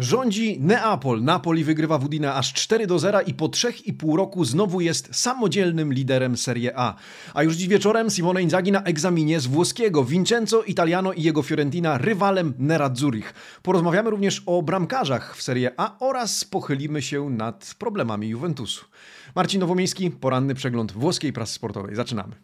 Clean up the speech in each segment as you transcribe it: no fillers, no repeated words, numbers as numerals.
Rządzi Neapol. Napoli wygrywa w Udine aż 4-0 i po 3,5 roku znowu jest samodzielnym liderem Serie A. A już dziś wieczorem Simone Inzaghi na egzaminie z włoskiego. Vincenzo Italiano i jego Fiorentina rywalem Nerazzurich. Porozmawiamy również o bramkarzach w Serie A oraz pochylimy się nad problemami Juventusu. Marcin Nowomiejski, poranny przegląd włoskiej prasy sportowej. Zaczynamy.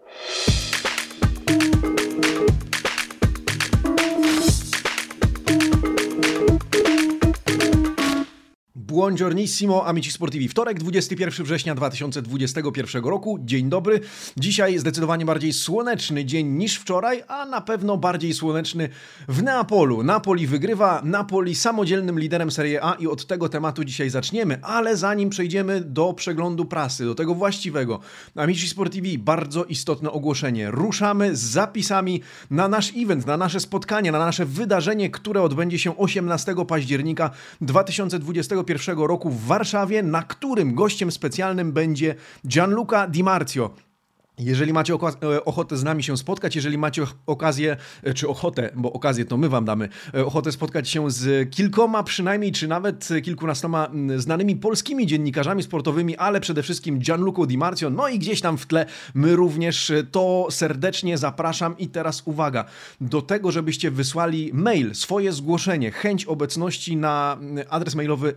Buongiornissimo, amici sportivi. Wtorek, 21 września 2021 roku. Dzień dobry. Dzisiaj zdecydowanie bardziej słoneczny dzień niż wczoraj, a na pewno bardziej słoneczny w Neapolu. Napoli wygrywa, Napoli samodzielnym liderem Serie A i od tego tematu dzisiaj zaczniemy. Ale zanim przejdziemy do przeglądu prasy, do tego właściwego, amici sportivi, bardzo istotne ogłoszenie. Ruszamy z zapisami na nasz event, na nasze spotkanie, na nasze wydarzenie, które odbędzie się 18 października 2021 roku w Warszawie, na którym gościem specjalnym będzie Gianluca Di Marzio. Jeżeli macie ochotę z nami się spotkać, jeżeli macie okazję, czy ochotę, bo okazję to my wam damy, ochotę spotkać się z kilkoma przynajmniej, czy nawet kilkunastoma znanymi polskimi dziennikarzami sportowymi, ale przede wszystkim Gianluco Di Marzio, no i gdzieś tam w tle my również, to serdecznie zapraszam. I teraz uwaga, do tego, żebyście wysłali mail, swoje zgłoszenie, chęć obecności na adres mailowy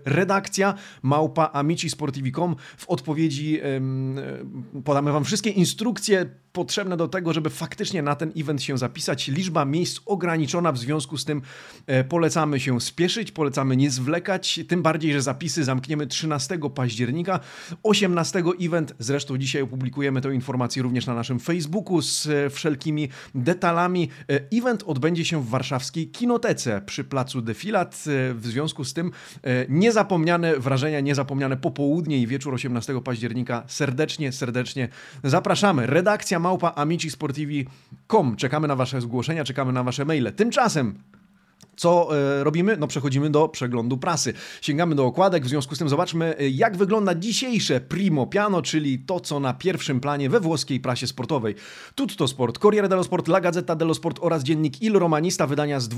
redakcja@amicisportivi.com. W odpowiedzi podamy wam wszystkie instrukcje potrzebne do tego, żeby faktycznie na ten event się zapisać. Liczba miejsc ograniczona, w związku z tym polecamy się spieszyć, polecamy nie zwlekać, tym bardziej, że zapisy zamkniemy 13 października. 18 event, zresztą dzisiaj opublikujemy tę informację również na naszym Facebooku z wszelkimi detalami. Event odbędzie się w warszawskiej Kinotece przy placu Defilat. W związku z tym niezapomniane wrażenia, niezapomniane popołudnie i wieczór 18 października. Serdecznie zapraszamy. Redakcja@amicisportivi.com. Czekamy na wasze zgłoszenia, czekamy na wasze maile. Tymczasem co robimy? No przechodzimy do przeglądu prasy. Sięgamy do okładek, w związku z tym zobaczmy, jak wygląda dzisiejsze primo piano, czyli to, co na pierwszym planie we włoskiej prasie sportowej. Tutto Sport, Corriere dello Sport, La Gazzetta dello Sport oraz dziennik Il Romanista, wydania z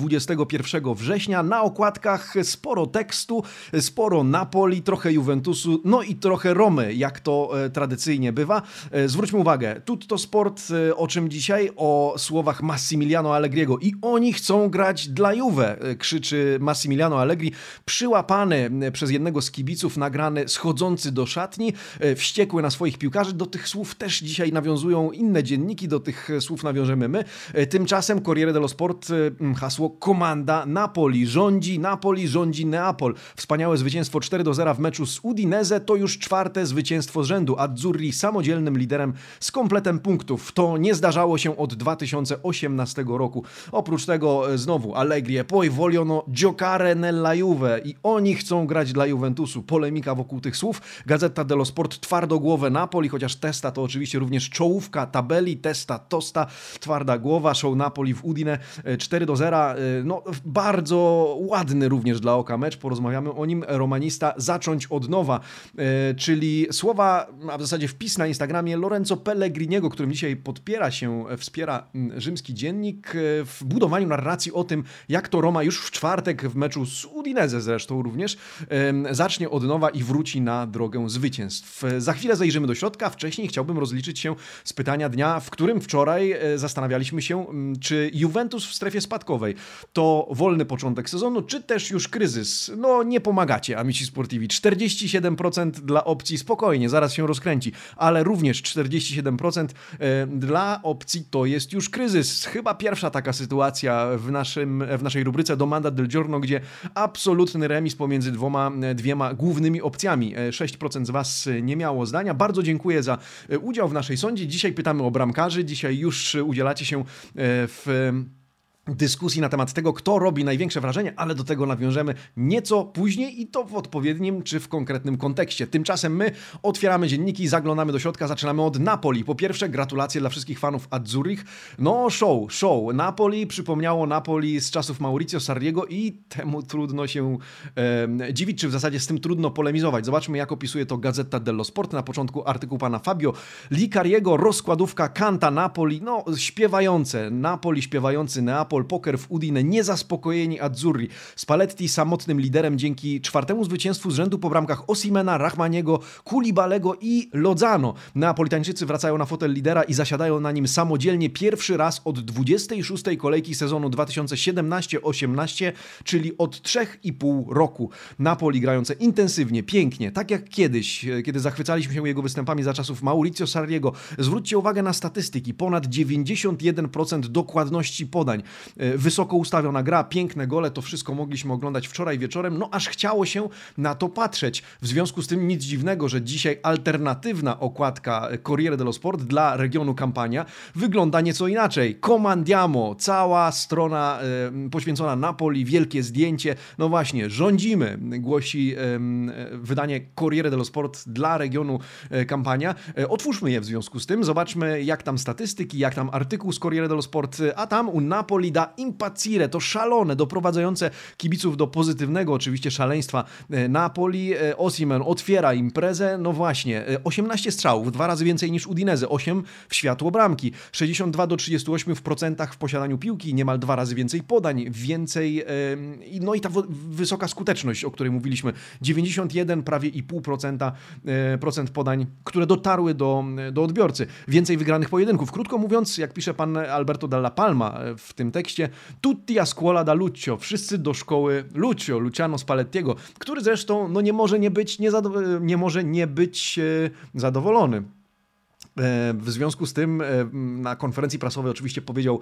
21 września. Na okładkach sporo tekstu, sporo Napoli, trochę Juventusu, no i trochę Romy, jak to tradycyjnie bywa. Zwróćmy uwagę, Tutto Sport, o czym dzisiaj? O słowach Massimiliano Allegriego. I oni chcą grać dla Juve, krzyczy Massimiliano Allegri, przyłapany przez jednego z kibiców, nagrany schodzący do szatni, wściekły na swoich piłkarzy. Do tych słów też dzisiaj nawiązują inne dzienniki, do tych słów nawiążemy my. Tymczasem Corriere dello Sport, hasło Komanda Napoli. Napoli rządzi Neapol. Wspaniałe zwycięstwo 4-0 w meczu z Udinese, to już 4. zwycięstwo z rzędu. Azzurri samodzielnym liderem z kompletem punktów. To nie zdarzało się od 2018 roku. Oprócz tego znowu Allegri poi vogliono giocare nella Juve i oni chcą grać dla Juventusu. Polemika wokół tych słów. Gazzetta dello Sport, twardogłowe Napoli, chociaż Testa to oczywiście również czołówka tabeli. Testa, Tosta, twarda głowa, show Napoli w Udine 4-0. No, bardzo ładny również dla oka mecz. Porozmawiamy o nim. Romanista, zacząć od nowa, czyli słowa, a w zasadzie wpis na Instagramie Lorenzo Pellegriniego, którym dzisiaj wspiera rzymski dziennik w budowaniu narracji o tym, jak to Roma już w czwartek w meczu z Udinese zresztą również zacznie od nowa i wróci na drogę zwycięstw. Za chwilę zajrzymy do środka. Wcześniej chciałbym rozliczyć się z pytania dnia, w którym wczoraj zastanawialiśmy się, czy Juventus w strefie spadkowej to wolny początek sezonu, czy też już kryzys. No nie pomagacie, amici sportivi. 47% dla opcji spokojnie, zaraz się rozkręci, ale również 47% dla opcji to jest już kryzys. Chyba pierwsza taka sytuacja w naszej rubryce Domanda del Giorno, gdzie absolutny remis pomiędzy dwiema głównymi opcjami. 6% z was nie miało zdania. Bardzo dziękuję za udział w naszej sądzie. Dzisiaj pytamy o bramkarzy. Dzisiaj już udzielacie się w dyskusji na temat tego, kto robi największe wrażenie, ale do tego nawiążemy nieco później i to w odpowiednim czy w konkretnym kontekście. Tymczasem my otwieramy dzienniki, zaglądamy do środka, zaczynamy od Napoli. Po pierwsze, gratulacje dla wszystkich fanów Azzurrich. No show. Napoli przypomniało Napoli z czasów Maurizio Sarriego i temu trudno się dziwić, czy w zasadzie z tym trudno polemizować. Zobaczmy, jak opisuje to Gazzetta dello Sport. Na początku artykuł pana Fabio Licariego, rozkładówka Canta Napoli, no śpiewający Neapol, Napol, poker w Udine, niezaspokojeni Azzurri. Spalletti samotnym liderem dzięki 4. zwycięstwu z rzędu po bramkach Osimena, Rahmaniego, Koulibalego i Lozano. Neapolitańczycy wracają na fotel lidera i zasiadają na nim samodzielnie pierwszy raz od 26. kolejki sezonu 2017-18, czyli od 3,5 roku. Napoli grające intensywnie, pięknie, tak jak kiedyś, kiedy zachwycaliśmy się jego występami za czasów Maurizio Sarriego. Zwróćcie uwagę na statystyki. Ponad 91% dokładności podań. Wysoko ustawiona gra, piękne gole, to wszystko mogliśmy oglądać wczoraj wieczorem, no aż chciało się na to patrzeć. W związku z tym nic dziwnego, że dzisiaj alternatywna okładka Corriere dello Sport dla regionu Campania wygląda nieco inaczej. Comandiamo, cała strona poświęcona Napoli, wielkie zdjęcie. No właśnie, rządzimy, głosi wydanie Corriere dello Sport dla regionu Campania. Otwórzmy je w związku z tym, zobaczmy jak tam statystyki, jak tam artykuł z Corriere dello Sport, a tam u Napoli da impazzire, to szalone, doprowadzające kibiców do pozytywnego oczywiście szaleństwa Napoli. Osimhen otwiera imprezę, no właśnie, 18 strzałów, 2 razy więcej niż Udinese, 8 w światło bramki, 62-38% w posiadaniu piłki, niemal 2 razy więcej podań, więcej, no i ta wysoka skuteczność, o której mówiliśmy, 91 prawie i pół procent podań, które dotarły do odbiorcy, więcej wygranych pojedynków. Krótko mówiąc, jak pisze pan Alberto Dalla Palma w tym tekście, tutti a scuola da Lucio, wszyscy do szkoły Luciano Spallettiego, który zresztą no, nie może nie być zadowolony. W związku z tym na konferencji prasowej oczywiście powiedział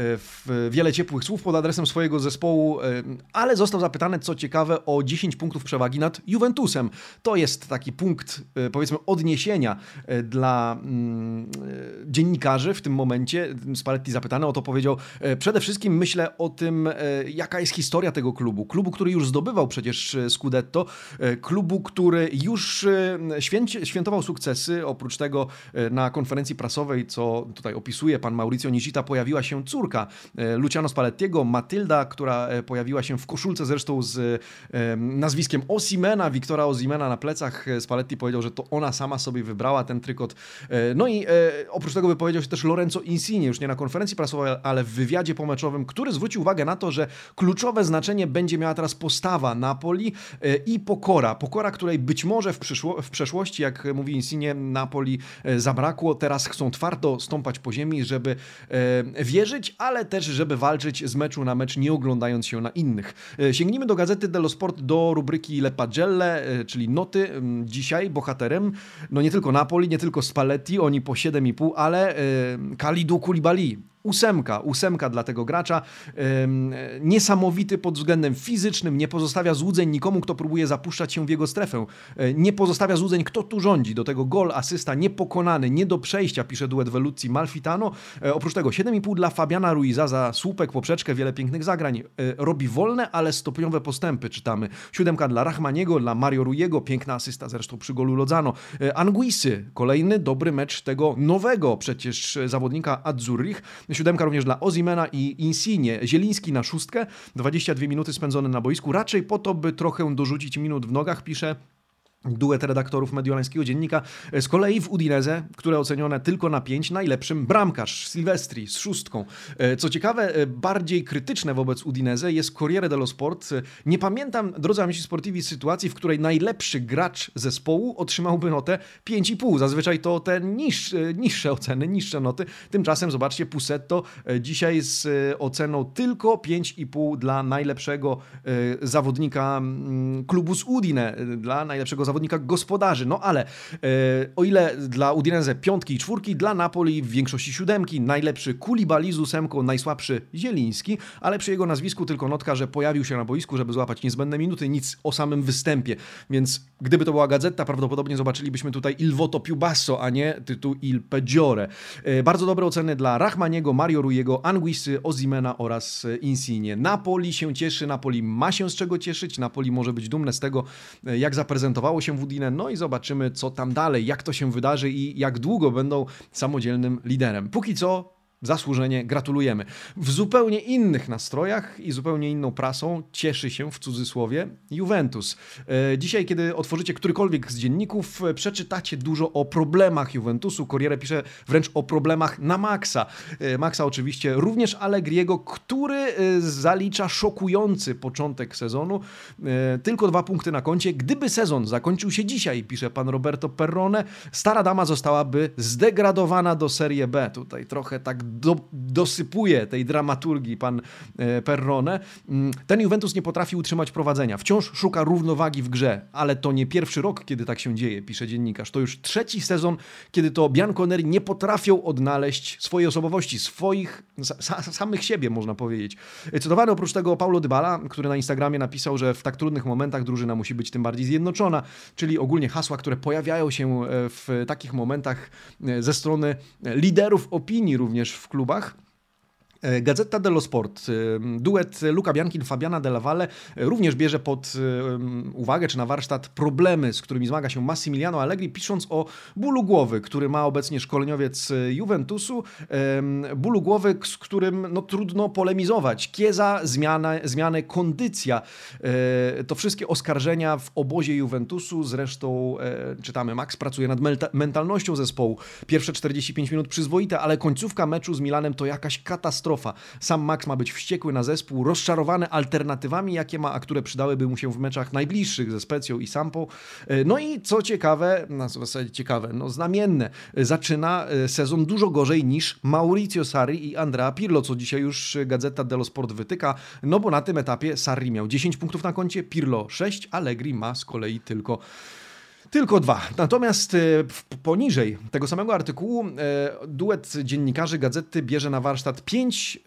wiele ciepłych słów pod adresem swojego zespołu, ale został zapytany, co ciekawe, o 10 punktów przewagi nad Juventusem. To jest taki punkt, powiedzmy, odniesienia dla dziennikarzy w tym momencie. Spalletti zapytany o to powiedział: przede wszystkim myślę o tym, jaka jest historia tego klubu. Klubu, który już zdobywał przecież Scudetto, klubu, który już świętował sukcesy. Oprócz tego na konferencji prasowej, co tutaj opisuje pan Maurizio Nishita, pojawiła się córka Luciano Spallettiego, Matylda, która pojawiła się w koszulce zresztą z nazwiskiem Osimena, Wiktora Osimena na plecach. Spalletti powiedział, że to ona sama sobie wybrała ten trykot. No i oprócz tego wypowiedział się też Lorenzo Insigne, już nie na konferencji prasowej, ale w wywiadzie pomeczowym, który zwrócił uwagę na to, że kluczowe znaczenie będzie miała teraz postawa Napoli i pokora. Pokora, której być może w przeszłości, jak mówi Insigne, Napoli zabrakło. Teraz chcą twardo stąpać po ziemi, żeby wierzyć, ale też żeby walczyć z meczu na mecz, nie oglądając się na innych. Sięgnijmy do Gazety dello Sport, do rubryki Le Pagelle, czyli noty. Dzisiaj bohaterem, no nie tylko Napoli, nie tylko Spalletti, oni po 7,5, ale Kalidou Koulibaly. Ósemka dla tego gracza. Niesamowity pod względem fizycznym, nie pozostawia złudzeń nikomu, kto próbuje zapuszczać się w jego strefę. Nie pozostawia złudzeń, kto tu rządzi. Do tego gol, asysta, niepokonany, nie do przejścia, pisze duet Veluzzi Malfitano. Oprócz tego 7,5 dla Fabiana Ruiza za słupek, poprzeczkę, wiele pięknych zagrań. Robi wolne, ale stopniowe postępy, czytamy. 7 dla Rahmaniego, dla Mario Ruiego, piękna asysta zresztą przy golu Lozano. Anguissy, kolejny dobry mecz tego nowego przecież zawodnika Azzurrich. 7 również dla Osimena i Insigne. Zieliński na 6, 22 minuty spędzone na boisku, raczej po to, by trochę dorzucić minut w nogach, pisze duet redaktorów mediolańskiego dziennika. Z kolei w Udinese, które ocenione tylko na 5, najlepszym bramkarz Silvestri z 6. Co ciekawe, bardziej krytyczne wobec Udinese jest Corriere dello Sport. Nie pamiętam, drodzy amici sportivi, sytuacji, w której najlepszy gracz zespołu otrzymałby notę 5,5. Zazwyczaj to te niższe oceny, niższe noty. Tymczasem zobaczcie, Pusetto dzisiaj z oceną tylko 5,5 dla najlepszego zawodnika klubu z Udine, dla najlepszego zawodnika gospodarzy. No ale o ile dla Udinese 5 i 4, dla Napoli w większości 7, najlepszy Koulibaly z 8, najsłabszy Zieliński, ale przy jego nazwisku tylko notka, że pojawił się na boisku, żeby złapać niezbędne minuty, nic o samym występie. Więc gdyby to była gazeta, prawdopodobnie zobaczylibyśmy tutaj Il voto più basso, a nie tytuł Il peggiore. Bardzo dobre oceny dla Rahmaniego, Mario Ruiego, Anguissy, Osimena oraz Insigne. Napoli się cieszy, Napoli ma się z czego cieszyć, Napoli może być dumne z tego, jak zaprezentowało się w Udine, no i zobaczymy, co tam dalej, jak to się wydarzy i jak długo będą samodzielnym liderem. Póki co Zasłużenie gratulujemy. W zupełnie innych nastrojach i zupełnie inną prasą cieszy się, w cudzysłowie, Juventus. Dzisiaj, kiedy otworzycie którykolwiek z dzienników, przeczytacie dużo o problemach Juventusu. Corriere pisze wręcz o problemach na maksa. Maxa oczywiście również Allegriego, który zalicza szokujący początek sezonu. Tylko 2 punkty na koncie. Gdyby sezon zakończył się dzisiaj, pisze pan Roberto Perrone, stara dama zostałaby zdegradowana do Serie B. Tutaj trochę tak dosypuje tej dramaturgii pan Perrone. Ten Juventus nie potrafi utrzymać prowadzenia. Wciąż szuka równowagi w grze, ale to nie pierwszy rok, kiedy tak się dzieje, pisze dziennikarz. To już 3. sezon, kiedy to bianconeri nie potrafią odnaleźć swojej osobowości, samych siebie, można powiedzieć. Cytowany oprócz tego Paulo Dybala, który na Instagramie napisał, że w tak trudnych momentach drużyna musi być tym bardziej zjednoczona, czyli ogólnie hasła, które pojawiają się w takich momentach ze strony liderów opinii również w klubach. Gazzetta dello Sport, duet Luca Bianchin, Fabiana Della Valle również bierze pod uwagę czy na warsztat problemy, z którymi zmaga się Massimiliano Allegri, pisząc o bólu głowy, który ma obecnie szkoleniowiec Juventusu. Bólu głowy, z którym trudno polemizować. Chiesa, zmiany, kondycja. To wszystkie oskarżenia w obozie Juventusu. Zresztą czytamy, Max pracuje nad mentalnością zespołu. Pierwsze 45 minut przyzwoite, ale końcówka meczu z Milanem to jakaś katastrofa. Sam Max ma być wściekły na zespół, rozczarowany alternatywami, jakie ma, a które przydałyby mu się w meczach najbliższych ze Specją i Sampą. No i co ciekawe, w zasadzie ciekawe, znamienne, zaczyna sezon dużo gorzej niż Maurizio Sarri i Andrea Pirlo, co dzisiaj już Gazzetta dello Sport wytyka, bo na tym etapie Sarri miał 10 punktów na koncie, Pirlo 6, Allegri ma z kolei tylko 2. Natomiast poniżej tego samego artykułu duet dziennikarzy gazety bierze na warsztat 5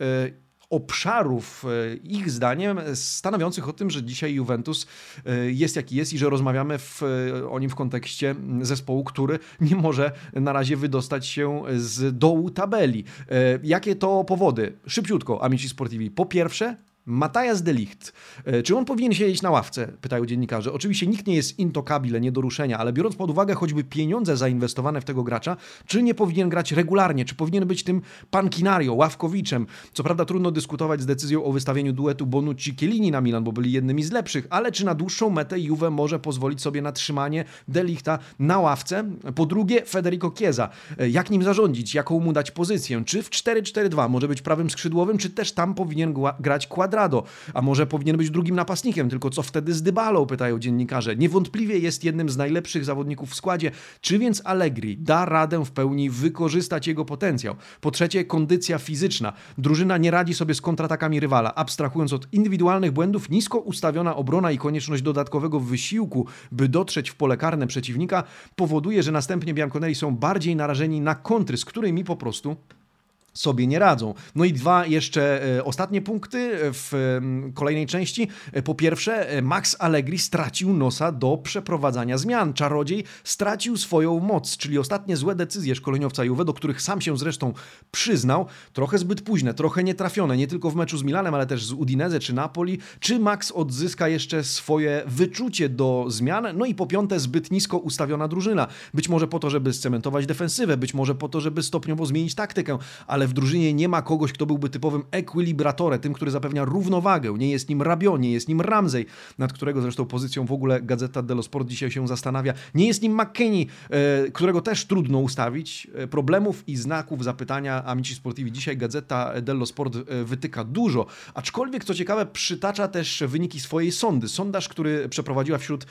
obszarów, ich zdaniem, stanowiących o tym, że dzisiaj Juventus jest jaki jest i że rozmawiamy o nim w kontekście zespołu, który nie może na razie wydostać się z dołu tabeli. Jakie to powody? Szybciutko, amici sportivi. Po pierwsze, Matthias de Ligt. Czy on powinien siedzieć na ławce? Pytają dziennikarze. Oczywiście nikt nie jest intocabile, nie do ruszenia, ale biorąc pod uwagę choćby pieniądze zainwestowane w tego gracza, czy nie powinien grać regularnie? Czy powinien być tym pankinario, ławkowiczem? Co prawda trudno dyskutować z decyzją o wystawieniu duetu Bonucci-Chiellini na Milan, bo byli jednymi z lepszych, ale czy na dłuższą metę Juve może pozwolić sobie na trzymanie de Lichta na ławce? Po drugie, Federico Chiesa. Jak nim zarządzić? Jaką mu dać pozycję? Czy w 4-4-2 może być prawym skrzydłowym, czy też tam powinien grać Cuadrado? A może powinien być drugim napastnikiem? Tylko co wtedy z Dybalą? Pytają dziennikarze. Niewątpliwie jest jednym z najlepszych zawodników w składzie. Czy więc Allegri da radę w pełni wykorzystać jego potencjał? Po trzecie, kondycja fizyczna. Drużyna nie radzi sobie z kontratakami rywala. Abstrahując od indywidualnych błędów, nisko ustawiona obrona i konieczność dodatkowego wysiłku, by dotrzeć w pole karne przeciwnika, powoduje, że następnie bianconeri są bardziej narażeni na kontry, z którymi po prostu sobie nie radzą. No i 2 jeszcze ostatnie punkty w kolejnej części. Po pierwsze, Max Allegri stracił nosa do przeprowadzania zmian. Czarodziej stracił swoją moc, czyli ostatnie złe decyzje szkoleniowca Juve, do których sam się zresztą przyznał, trochę zbyt późne, trochę nietrafione, nie tylko w meczu z Milanem, ale też z Udinese czy Napoli. Czy Max odzyska jeszcze swoje wyczucie do zmian? No i po piąte, zbyt nisko ustawiona drużyna. Być może po to, żeby scementować defensywę, być może po to, żeby stopniowo zmienić taktykę, ale w drużynie nie ma kogoś, kto byłby typowym equilibratore, tym, który zapewnia równowagę. Nie jest nim Rabiot, nie jest nim Ramsey, nad którego zresztą pozycją w ogóle Gazzetta dello Sport dzisiaj się zastanawia. Nie jest nim McKennie, którego też trudno ustawić. Problemów i znaków zapytania amici sportivi dzisiaj Gazzetta dello Sport wytyka dużo, aczkolwiek co ciekawe przytacza też wyniki swojej sondy. Sondaż, który przeprowadziła wśród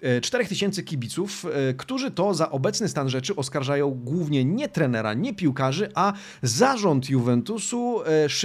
4000 kibiców, którzy to za obecny stan rzeczy oskarżają głównie nie trenera, nie piłkarzy, a zarząd Juventusu.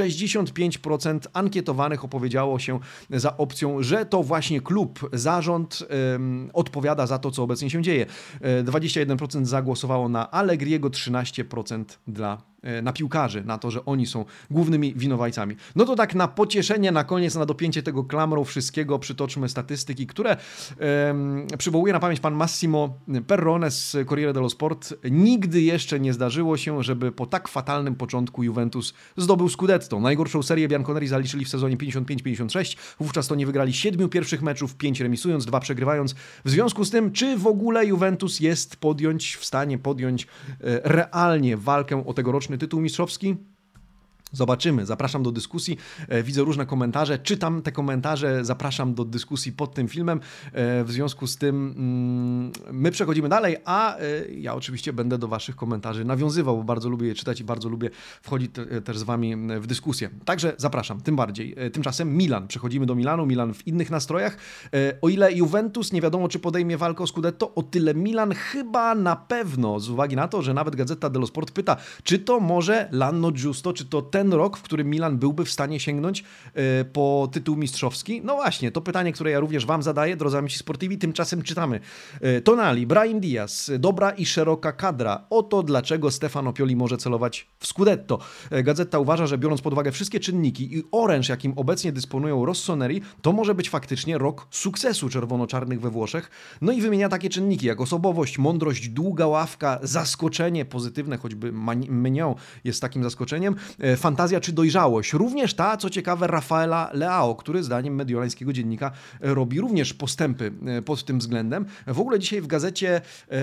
65% ankietowanych opowiedziało się za opcją, że to właśnie klub, zarząd odpowiada za to, co obecnie się dzieje. 21% zagłosowało na Allegriego, 13% na piłkarzy, na to, że oni są głównymi winowajcami. No to tak na pocieszenie, na koniec, na dopięcie tego klamrą wszystkiego przytoczmy statystyki, które przywołuje na pamięć pan Massimo Perrone z Corriere dello Sport. Nigdy jeszcze nie zdarzyło się, żeby po tak fatalnym początku Juventus zdobył Scudetto. Najgorszą serię bianconeri zaliczyli w sezonie 55-56. Wówczas to nie wygrali 7 pierwszych meczów, 5 remisując, 2 przegrywając. W związku z tym, czy w ogóle Juventus jest w stanie podjąć realnie walkę o tegoroczny tytuł mistrzowski? Zobaczymy, zapraszam do dyskusji, widzę różne komentarze, czytam te komentarze, zapraszam do dyskusji pod tym filmem. W związku z tym my przechodzimy dalej, a ja oczywiście będę do waszych komentarzy nawiązywał, bo bardzo lubię je czytać i bardzo lubię wchodzić też z wami w dyskusję. Także zapraszam, tym bardziej. Tymczasem Milan, przechodzimy do Milanu, Milan w innych nastrojach. O ile Juventus nie wiadomo, czy podejmie walkę o Scudetto, o tyle Milan chyba na pewno, z uwagi na to, że nawet Gazzetta dello Sport pyta, czy to może l'anno giusto, czy to ten rok, w którym Milan byłby w stanie sięgnąć po tytuł mistrzowski? No właśnie, to pytanie, które ja również wam zadaję, drodzy amici sportivi, tymczasem czytamy. Tonali, Brahim Diaz, dobra i szeroka kadra. Oto dlaczego Stefano Pioli może celować w Scudetto. Gazeta uważa, że biorąc pod uwagę wszystkie czynniki i oręż, jakim obecnie dysponują rossoneri, to może być faktycznie rok sukcesu czerwono-czarnych we Włoszech. No i wymienia takie czynniki jak osobowość, mądrość, długa ławka, zaskoczenie pozytywne, choćby Mignon jest takim zaskoczeniem, fantazja czy dojrzałość. Również ta, co ciekawe, Rafaela Leao, który zdaniem mediolańskiego dziennika robi również postępy pod tym względem. W ogóle dzisiaj w gazecie,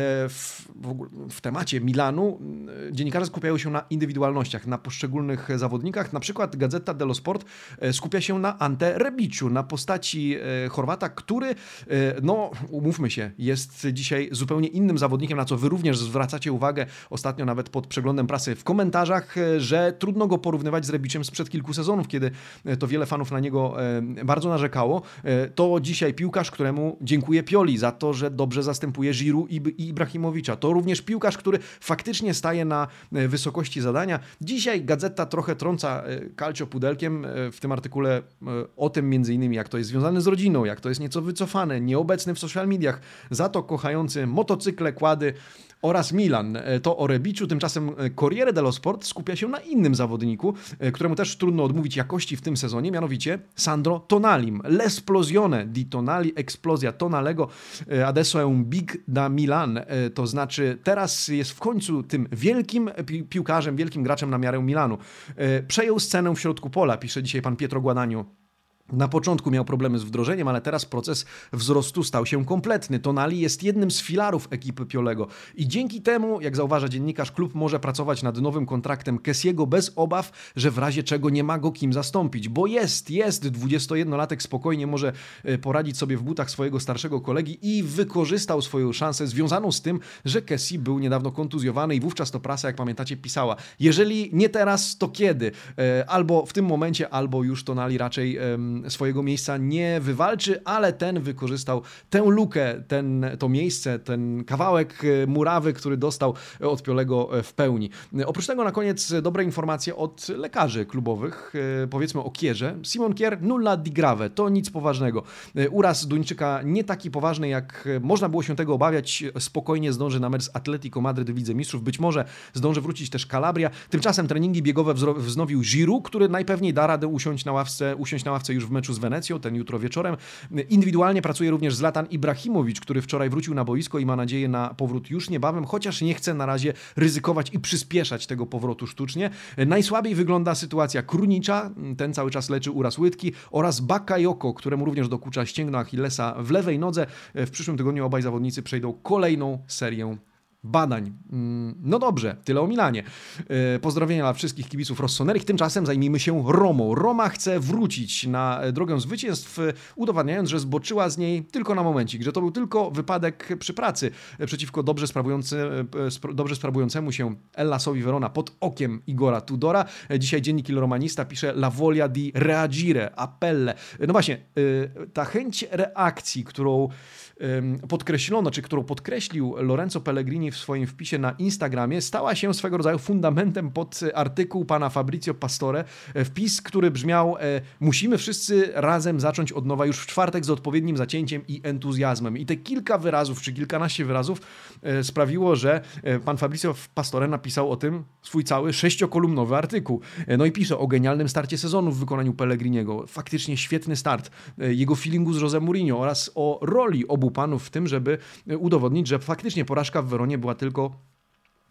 w temacie Milanu dziennikarze skupiają się na indywidualnościach, na poszczególnych zawodnikach. Na przykład Gazzetta dello Sport skupia się na Ante Rebiciu, na postaci Chorwata, który, no umówmy się, jest dzisiaj zupełnie innym zawodnikiem, na co wy również zwracacie uwagę ostatnio nawet pod przeglądem prasy w komentarzach, że trudno go porównywać z Rebiciem sprzed kilku sezonów, kiedy to wiele fanów na niego bardzo narzekało. To dzisiaj piłkarz, któremu dziękuję Pioli za to, że dobrze zastępuje Giroud i Ibrahimowicza. To również piłkarz, który faktycznie staje na wysokości zadania. Dzisiaj Gazeta trochę trąca Calcio pudelkiem w tym artykule o tym między innymi, jak to jest związane z rodziną, jak to jest nieco wycofane, nieobecny w social mediach, za to kochający motocykle, kłady oraz Milan. To o Rebiciu. Tymczasem Corriere dello Sport skupia się na innym zawodniku, któremu też trudno odmówić jakości w tym sezonie, mianowicie Sandro Tonalim. L'esplosione di Tonali, eksplozja Tonalego, adesso è un big da Milan. To znaczy teraz jest w końcu tym wielkim piłkarzem, wielkim graczem na miarę Milanu. Przejął scenę w środku pola, pisze dzisiaj pan Pietro Guadagno. Na początku miał problemy z wdrożeniem, ale teraz proces wzrostu stał się kompletny. Tonali jest jednym z filarów ekipy Piolego i dzięki temu, jak zauważa dziennikarz, klub może pracować nad nowym kontraktem Kessiego bez obaw, że w razie czego nie ma go kim zastąpić, bo jest 21-latek, spokojnie może poradzić sobie w butach swojego starszego kolegi i wykorzystał swoją szansę związaną z tym, że Kessi był niedawno kontuzjowany i wówczas to prasa, jak pamiętacie, pisała: jeżeli nie teraz, to kiedy? Albo w tym momencie, albo już Tonali raczej swojego miejsca nie wywalczy, ale ten wykorzystał tę lukę, to miejsce, ten kawałek murawy, który dostał od Piolego w pełni. Oprócz tego na koniec dobre informacje od lekarzy klubowych, powiedzmy o Kierze. Simon Kier, nulla di grave, to nic poważnego. Uraz Duńczyka nie taki poważny, jak można było się tego obawiać. Spokojnie zdąży na mecz z Atletico Madryt w Lidze Mistrzów. Być może zdąży wrócić też Calabria. Tymczasem treningi biegowe wznowił Giroud, który najpewniej da radę usiąść na ławce już w meczu z Wenecją, ten jutro wieczorem. Indywidualnie pracuje również Zlatan Ibrahimowicz, który wczoraj wrócił na boisko i ma nadzieję na powrót już niebawem, chociaż nie chce na razie ryzykować i przyspieszać tego powrotu sztucznie. Najsłabiej wygląda sytuacja Krunicza, ten cały czas leczy uraz łydki, oraz Bakayoko, któremu również dokucza ścięgno Achillesa w lewej nodze. W przyszłym tygodniu obaj zawodnicy przejdą kolejną serię badań. No dobrze, tyle o Milanie. Pozdrowienia dla wszystkich kibiców rossonerich. Tymczasem zajmijmy się Romą. Roma chce wrócić na drogę zwycięstw, udowadniając, że zboczyła z niej tylko na momencik, że to był tylko wypadek przy pracy przeciwko dobrze sprawującemu się Ellasowi Verona pod okiem Igora Tudora. Dzisiaj dziennik Il Romanista pisze La voglia di reagire, appelle. No właśnie, ta chęć reakcji, którą podkreślono, czy którą podkreślił Lorenzo Pellegrini w swoim wpisie na Instagramie, stała się swego rodzaju fundamentem pod artykuł pana Fabrizio Pastore. Wpis, który brzmiał: musimy wszyscy razem zacząć od nowa już w czwartek z odpowiednim zacięciem i entuzjazmem. I te kilka wyrazów, czy kilkanaście wyrazów sprawiło, że pan Fabrizio Pastore napisał o tym swój cały 6-kolumnowy artykuł. No i pisze o genialnym starcie sezonu w wykonaniu Pellegriniego. Faktycznie świetny start. Jego feelingu z José Mourinho oraz o roli obu panów w tym, żeby udowodnić, że faktycznie porażka w Weronie była tylko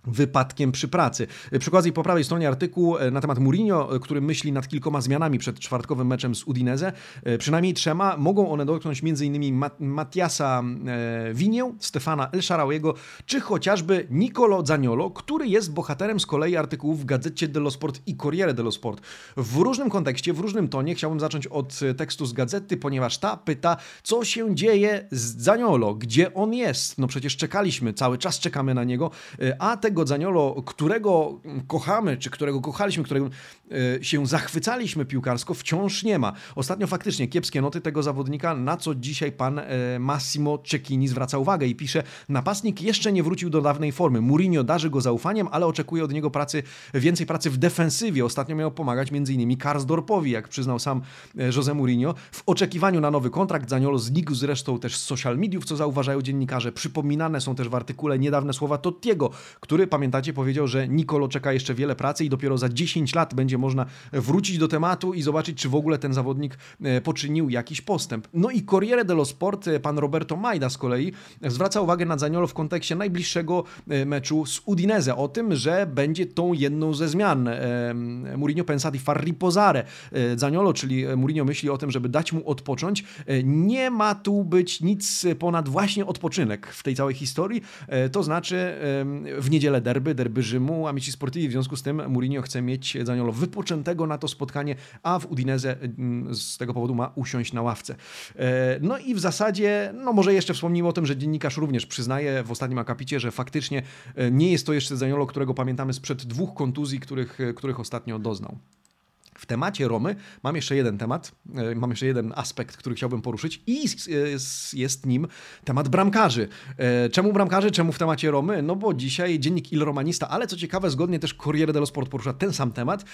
wypadkiem przy pracy. Przy okazji po prawej stronie artykuł na temat Mourinho, który myśli nad kilkoma zmianami przed czwartkowym meczem z Udinese. Przynajmniej 3. Mogą one dotknąć m.in. Mattiasa Vignię, Stefana El Shaarawy'ego, czy chociażby Nicolo Zaniolo, który jest bohaterem z kolei artykułów w Gazzecie dello Sport i Corriere dello Sport. W różnym kontekście, w różnym tonie chciałbym zacząć od tekstu z gazety, ponieważ ta pyta, co się dzieje z Zaniolo, gdzie on jest. No przecież czekaliśmy, cały czas czekamy na niego, a tego Zaniolo, którego kochamy, czy którego kochaliśmy, którego się zachwycaliśmy piłkarsko, wciąż nie ma. Ostatnio faktycznie kiepskie noty tego zawodnika, na co dzisiaj pan Massimo Cecchini zwraca uwagę i pisze: napastnik jeszcze nie wrócił do dawnej formy. Mourinho darzy go zaufaniem, ale oczekuje od niego więcej pracy w defensywie. Ostatnio miał pomagać m.in. Karsdorpowi, jak przyznał sam José Mourinho. W oczekiwaniu na nowy kontrakt Zaniolo znikł zresztą też z social mediów, co zauważają dziennikarze. Przypominane są też w artykule niedawne słowa Tottiego, który, pamiętacie, powiedział, że Nicolo czeka jeszcze wiele pracy i dopiero za 10 lat będzie można wrócić do tematu i zobaczyć, czy w ogóle ten zawodnik poczynił jakiś postęp. No i Corriere dello Sport, pan Roberto Maida z kolei zwraca uwagę na Zaniolo w kontekście najbliższego meczu z Udinese, o tym, że będzie tą jedną ze zmian. Mourinho pensa di far riposare Zaniolo, czyli Mourinho myśli o tym, żeby dać mu odpocząć. Nie ma tu być nic ponad właśnie odpoczynek w tej całej historii, to znaczy w niedzielę derby Rzymu, Amici Sportivi, w związku z tym Mourinho chce mieć Zaniolo wypoczętego na to spotkanie, a w Udinese z tego powodu ma usiąść na ławce. No i w zasadzie, no może jeszcze wspomnijmy o tym, że dziennikarz również przyznaje w ostatnim akapicie, że faktycznie nie jest to jeszcze Zaniolo, którego pamiętamy sprzed 2 kontuzji, których ostatnio doznał. W temacie Romy mam jeszcze jeden temat, mam jeszcze jeden aspekt, który chciałbym poruszyć i jest nim temat bramkarzy. Czemu bramkarzy? Czemu w temacie Romy? No bo dzisiaj dziennik Il Romanista, ale co ciekawe zgodnie też Corriere dello Sport porusza ten sam temat,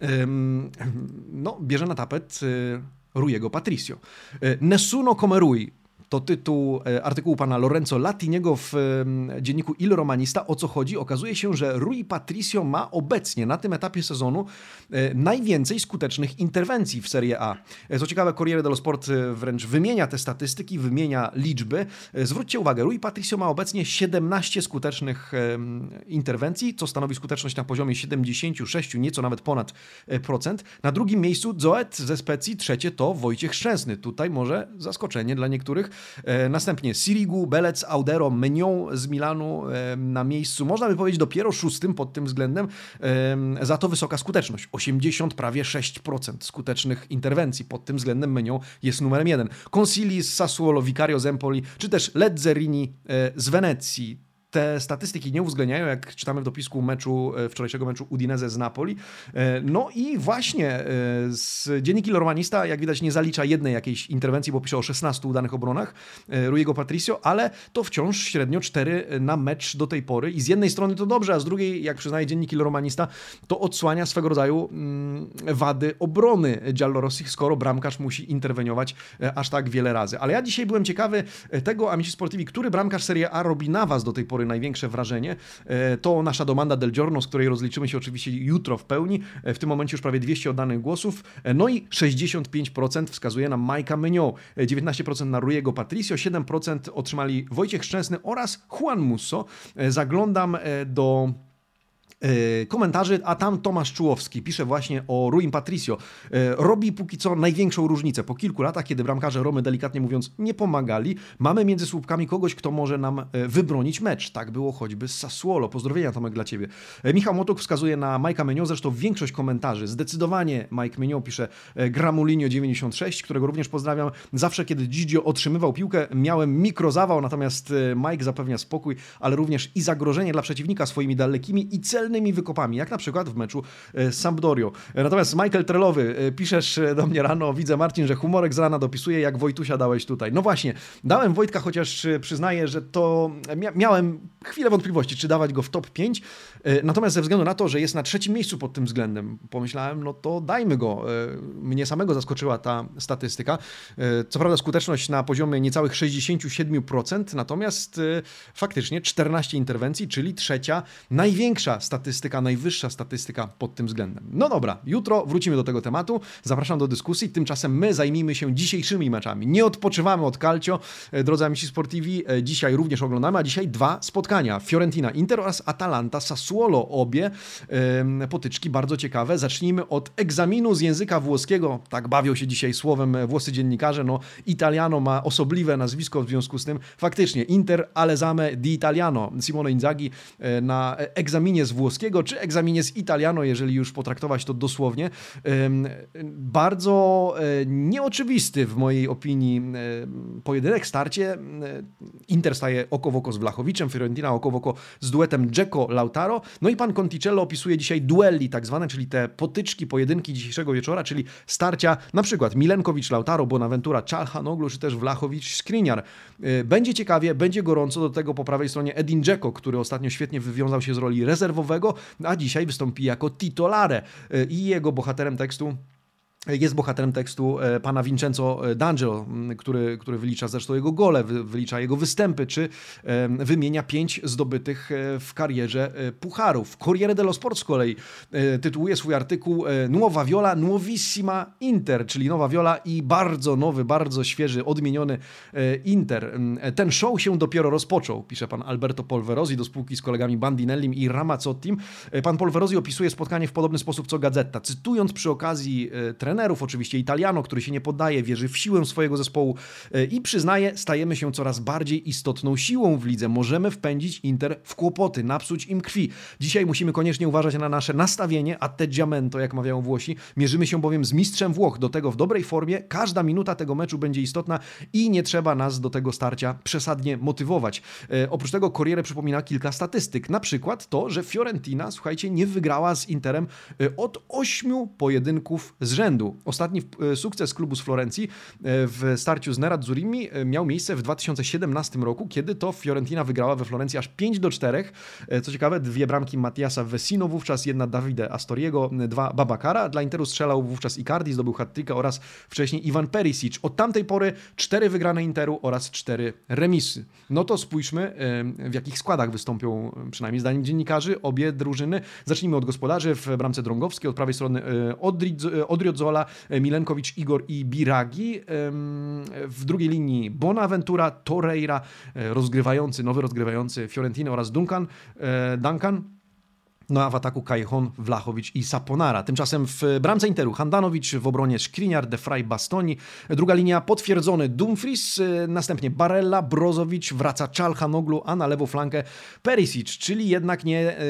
no bierze na tapet Ruiego Patricio. Nessuno come Rui. To tytuł artykułu pana Lorenzo Latiniego w dzienniku Il Romanista. O co chodzi? Okazuje się, że Rui Patricio ma obecnie na tym etapie sezonu najwięcej skutecznych interwencji w Serie A. Co ciekawe, Corriere dello Sport wręcz wymienia te statystyki, wymienia liczby. Zwróćcie uwagę, Rui Patricio ma obecnie 17 skutecznych interwencji, co stanowi skuteczność na poziomie 76, nieco nawet ponad procent. Na drugim miejscu Zoet ze Specji, trzecie to Wojciech Szczęsny. Tutaj może zaskoczenie dla niektórych. Następnie Sirigu, Belec, Audero, Menion z Milanu na miejscu, można by powiedzieć dopiero 6 pod tym względem, za to wysoka skuteczność. 80, prawie 6% skutecznych interwencji. Pod tym względem Menion jest numerem 1. Consili z Sassuolo, Vicario z Empoli, czy też Lezzerini z Wenecji. Te statystyki nie uwzględniają, jak czytamy w dopisku wczorajszego meczu Udinese z Napoli. No i właśnie dziennik Il Romanista, jak widać, nie zalicza jednej jakiejś interwencji, bo pisze o 16 udanych obronach Ruiego Patricio, ale to wciąż średnio 4 na mecz do tej pory. I z jednej strony to dobrze, a z drugiej, jak przyznaje dziennik Il Romanista, to odsłania swego rodzaju wady obrony giallorossich, skoro bramkarz musi interweniować aż tak wiele razy. Ale ja dzisiaj byłem ciekawy tego, Amici Sportivi, który bramkarz Serie A robi na was do tej pory największe wrażenie. To nasza domanda del giorno, z której rozliczymy się oczywiście jutro w pełni. W tym momencie już prawie 200 oddanych głosów. No i 65% wskazuje na Majka Menion, 19% na Ruiego Patricio, 7% otrzymali Wojciech Szczęsny oraz Juan Musso. Zaglądam do komentarzy, a tam Tomasz Czułowski pisze właśnie o Ruim Patricio. Robi póki co największą różnicę. Po kilku latach, kiedy bramkarze Romy, delikatnie mówiąc, nie pomagali, mamy między słupkami kogoś, kto może nam wybronić mecz. Tak było choćby z Sassuolo. Pozdrowienia, Tomek, dla Ciebie. Michał Motok wskazuje na Majka Menion, zresztą większość komentarzy. Zdecydowanie Mike Menion, pisze Gramulinio 96, którego również pozdrawiam. Zawsze, kiedy Gigio otrzymywał piłkę, miałem mikrozawał, natomiast Mike zapewnia spokój, ale również i zagrożenie dla przeciwnika swoimi dalekimi i celnymi wykopami, jak na przykład w meczu z Sampdorią. Natomiast Michael Trelowy, piszesz do mnie rano, widzę, Marcin, że humorek z rana dopisuje, jak Wojtusia dałeś tutaj. No właśnie, dałem Wojtka, chociaż przyznaję, że to miałem chwilę wątpliwości, czy dawać go w top 5. Natomiast ze względu na to, że jest na trzecim miejscu pod tym względem, pomyślałem, no to dajmy go. Mnie samego zaskoczyła ta statystyka. Co prawda skuteczność na poziomie niecałych 67%, natomiast faktycznie 14 interwencji, czyli trzecia, największa statystyka, najwyższa statystyka pod tym względem. No dobra, jutro wrócimy do tego tematu, zapraszam do dyskusji, tymczasem my zajmijmy się dzisiejszymi meczami. Nie odpoczywamy od Calcio, drodzy amici sportivi, dzisiaj również oglądamy, a dzisiaj dwa spotkania. Fiorentina Inter oraz Atalanta Sassuolo, obie potyczki bardzo ciekawe. Zacznijmy od egzaminu z języka włoskiego, tak bawią się dzisiaj słowem włoscy dziennikarze, no Italiano ma osobliwe nazwisko, w związku z tym faktycznie Inter all'esame di Italiano, Simone Inzaghi na egzaminie z włoskiego, czy egzaminie z Italiano, jeżeli już potraktować to dosłownie. Bardzo nieoczywisty w mojej opinii pojedynek, starcie. Inter staje oko w oko z Vlahoviczem, Fiorentina oko w oko z duetem Dzeko-Lautaro. No i pan Conticello opisuje dzisiaj duelli tak zwane, czyli te potyczki, pojedynki dzisiejszego wieczora, czyli starcia na przykład Milenkowicz-Lautaro, Bonaventura, Çalhanoğlu, czy też Vlahović-Skriniar. Będzie ciekawie, będzie gorąco, do tego po prawej stronie Edin Dzeko, który ostatnio świetnie wywiązał się z roli rezerwowego, a dzisiaj wystąpi jako titolare i jego bohaterem tekstu jest bohaterem tekstu pana Vincenzo D'Angelo, który wylicza zresztą jego gole, wylicza jego występy, czy wymienia 5 zdobytych w karierze pucharów. Corriere dello Sport z kolei tytułuje swój artykuł Nuova Viola, Nuovissima Inter, czyli nowa Viola i bardzo nowy, bardzo świeży, odmieniony Inter. Ten show się dopiero rozpoczął, pisze pan Alberto Polverosi do spółki z kolegami Bandinellim i Ramazzottim. Pan Polverosi opisuje spotkanie w podobny sposób co Gazeta, cytując przy okazji trenerów, oczywiście Italiano, który się nie poddaje, wierzy w siłę swojego zespołu i przyznaje, stajemy się coraz bardziej istotną siłą w lidze. Możemy wpędzić Inter w kłopoty, napsuć im krwi. Dzisiaj musimy koniecznie uważać na nasze nastawienie, atteggiamento, jak mawiają Włosi. Mierzymy się bowiem z mistrzem Włoch, do tego w dobrej formie. Każda minuta tego meczu będzie istotna i nie trzeba nas do tego starcia przesadnie motywować. Oprócz tego Corriere przypomina kilka statystyk. Na przykład to, że Fiorentina, słuchajcie, nie wygrała z Interem od 8 pojedynków z rzędu. Ostatni sukces klubu z Florencji w starciu z Nerazzurimi miał miejsce w 2017 roku, kiedy to Fiorentina wygrała we Florencji aż 5-4. Co ciekawe, 2 bramki Mattiasa Vecino wówczas, 1 Davide Astoriego, 2 Babacara. Dla Interu strzelał wówczas Icardi, zdobył hat-tricka oraz wcześniej Ivan Perisic. Od tamtej pory 4 wygrane Interu oraz 4 remisy. No to spójrzmy, w jakich składach wystąpią, przynajmniej zdaniem dziennikarzy, obie drużyny. Zacznijmy od gospodarzy w bramce Drągowskiej, od prawej strony Odriozola, Milenkowicz, Igor i Biragi. W drugiej linii Bonaventura, Torreira, nowy rozgrywający Fiorentinę oraz Duncan. No a w ataku Callejon, Vlahović i Saponara. Tymczasem w bramce Interu Handanović, w obronie Skriniar, De Vrij, Bastoni. Druga linia potwierdzony Dumfries, następnie Barella, Brozovic, wraca Çalhanoğlu, a na lewą flankę Perisic, czyli jednak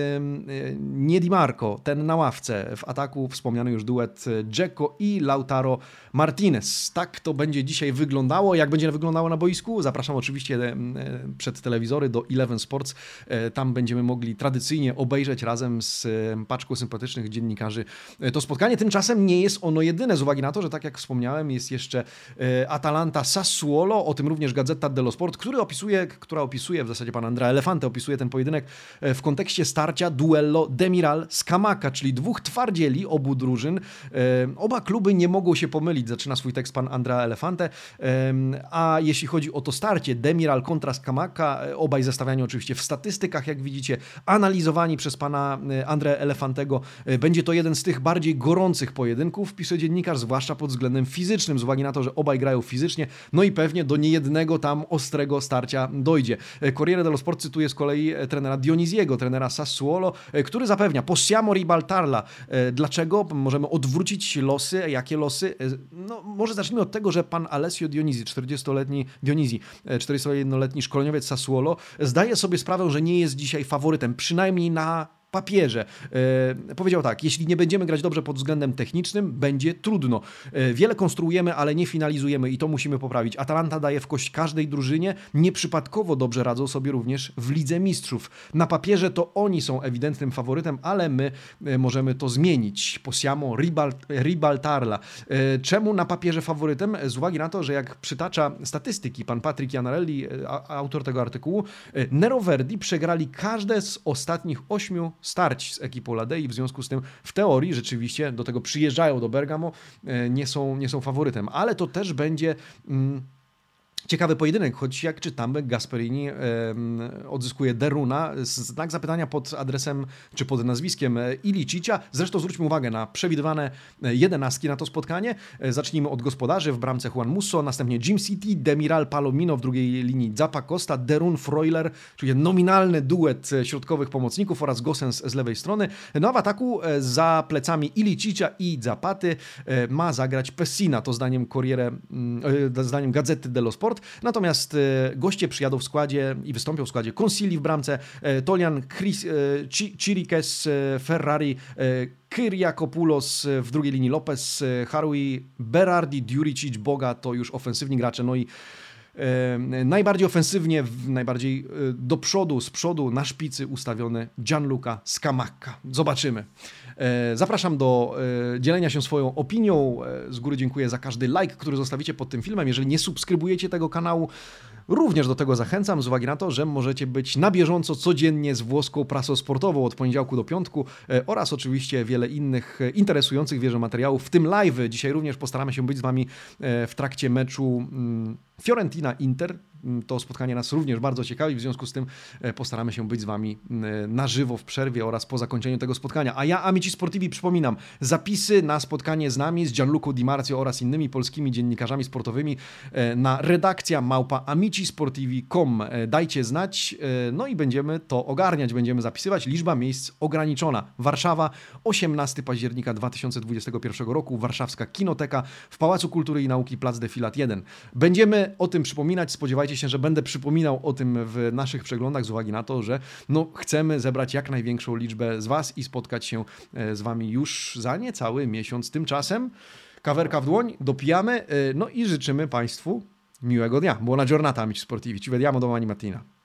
nie Di Marco, ten na ławce. W ataku wspomniany już duet Dzeko i Lautaro Martinez. Tak to będzie dzisiaj wyglądało. Jak będzie wyglądało na boisku? Zapraszam oczywiście przed telewizory do Eleven Sports. Tam będziemy mogli tradycyjnie obejrzeć razem z paczką sympatycznych dziennikarzy to spotkanie. Tymczasem nie jest ono jedyne, z uwagi na to, że tak jak wspomniałem, jest jeszcze Atalanta Sassuolo, o tym również Gazzetta dello Sport, która opisuje, w zasadzie pan Andrea Elefante opisuje ten pojedynek w kontekście starcia duello Demiral Scamacca, czyli dwóch twardzieli obu drużyn. Oba kluby nie mogą się pomylić, zaczyna swój tekst pan Andrea Elefante, a jeśli chodzi o to starcie Demiral kontra Scamacca, obaj zestawiani oczywiście w statystykach, jak widzicie, analizowani przez pana Andrea Elefantego. Będzie to jeden z tych bardziej gorących pojedynków, pisze dziennikarz, zwłaszcza pod względem fizycznym, z uwagi na to, że obaj grają fizycznie, no i pewnie do niejednego tam ostrego starcia dojdzie. Corriere dello Sport cytuje z kolei trenera Dionisiego, trenera Sassuolo, który zapewnia, possiamo ribaltarla. Dlaczego? Możemy odwrócić losy. Jakie losy? No, może zacznijmy od tego, że pan Alessio Dionisi, 41-letni szkoleniowiec Sassuolo, zdaje sobie sprawę, że nie jest dzisiaj faworytem, przynajmniej na papierze. Powiedział tak: jeśli nie będziemy grać dobrze pod względem technicznym, będzie trudno. Wiele konstruujemy, ale nie finalizujemy i to musimy poprawić. Atalanta daje w kość każdej drużynie. Nieprzypadkowo dobrze radzą sobie również w Lidze Mistrzów. Na papierze to oni są ewidentnym faworytem, ale my możemy to zmienić. Possiamo ribaltarla. Czemu na papierze faworytem? Z uwagi na to, że jak przytacza statystyki pan Patrick Iannarelli, autor tego artykułu, Nero Verdi przegrali każde z ostatnich 8 starć z ekipą Ladei, w związku z tym w teorii rzeczywiście do tego przyjeżdżają do Bergamo, nie są faworytem, ale to też będzie ciekawy pojedynek, choć jak czytamy, Gasperini odzyskuje Deruna, znak zapytania pod adresem, czy pod nazwiskiem Ilicicia. Zresztą zwróćmy uwagę na przewidywane 11 na to spotkanie. Zacznijmy od gospodarzy, w bramce Juan Musso, następnie Jim City, Demiral Palomino, w drugiej linii Zappa Costa, Derun Freuler, czyli nominalny duet środkowych pomocników oraz Gosens z lewej strony. No a w ataku za plecami Ilicicia i Zapaty ma zagrać Pessina, to zdaniem Gazety dello Sport. Natomiast goście przyjadą w składzie i wystąpią w składzie Consili w bramce, Tolian, Chirikes, Ferrari, Kyriakopoulos, w drugiej linii Lopez, Harui, Berardi, Djuricic, Boga to już ofensywni gracze, no i najbardziej ofensywnie, najbardziej do przodu, z przodu na szpicy ustawiony Gianluca Scamacca. Zobaczymy. Zapraszam do dzielenia się swoją opinią. Z góry dziękuję za każdy like, który zostawicie pod tym filmem. Jeżeli nie subskrybujecie tego kanału, również do tego zachęcam, z uwagi na to, że możecie być na bieżąco codziennie z włoską prasą sportową od poniedziałku do piątku oraz oczywiście wiele innych interesujących, wierzę, materiałów, w tym live'y. Dzisiaj również postaramy się być z Wami w trakcie meczu Fiorentina-Inter. To spotkanie nas również bardzo ciekawi, w związku z tym postaramy się być z Wami na żywo w przerwie oraz po zakończeniu tego spotkania. A ja, Amici Sportivi, przypominam, zapisy na spotkanie z nami, z Gianluco Di Marzio oraz innymi polskimi dziennikarzami sportowymi na redakcja@amicisportivi.com. Dajcie znać, no i będziemy to ogarniać, będziemy zapisywać. Liczba miejsc ograniczona. Warszawa, 18 października 2021 roku, warszawska Kinoteka w Pałacu Kultury i Nauki, Plac Defilat 1. Będziemy o tym przypominać, spodziewajcie się, że będę przypominał o tym w naszych przeglądach z uwagi na to, że chcemy zebrać jak największą liczbę z Was i spotkać się z Wami już za niecały miesiąc. Tymczasem kawerka w dłoń, dopijamy, no i życzymy Państwu miłego dnia. Buona giornata, amici sportivi. Ci vediamo domani mattina.